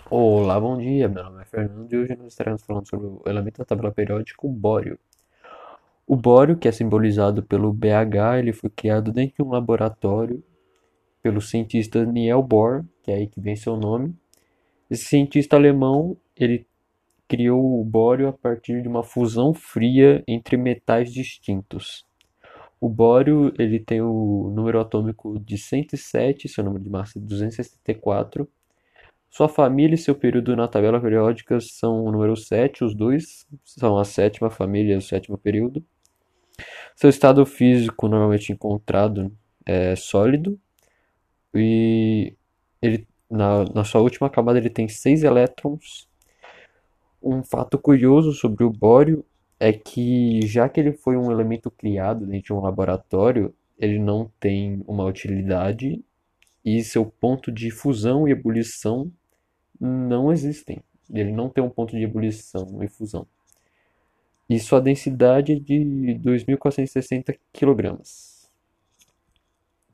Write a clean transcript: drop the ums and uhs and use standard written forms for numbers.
Olá, bom dia. Meu nome é Fernando e hoje nós estaremos falando sobre o elemento da tabela periódica, o bório. O bório, que é simbolizado pelo Bh, ele foi criado dentro de um laboratório pelo cientista Niels Bohr, que é aí que vem seu nome. Esse cientista alemão, ele criou o bório a partir de uma fusão fria entre metais distintos. O bório, ele tem o número atômico de 107, seu número de massa é 264. Sua família e seu período na tabela periódica são o número 7, os dois são a sétima família e o sétimo período. Seu estado físico normalmente encontrado é sólido e ele na sua última camada ele tem 6 elétrons. Um fato curioso sobre o bório é que, já que ele foi um elemento criado dentro de um laboratório, ele não tem uma utilidade e seu ponto de fusão e ebulição não existem. Ele não tem um ponto de ebulição e fusão. E sua densidade é de 2.460 kg.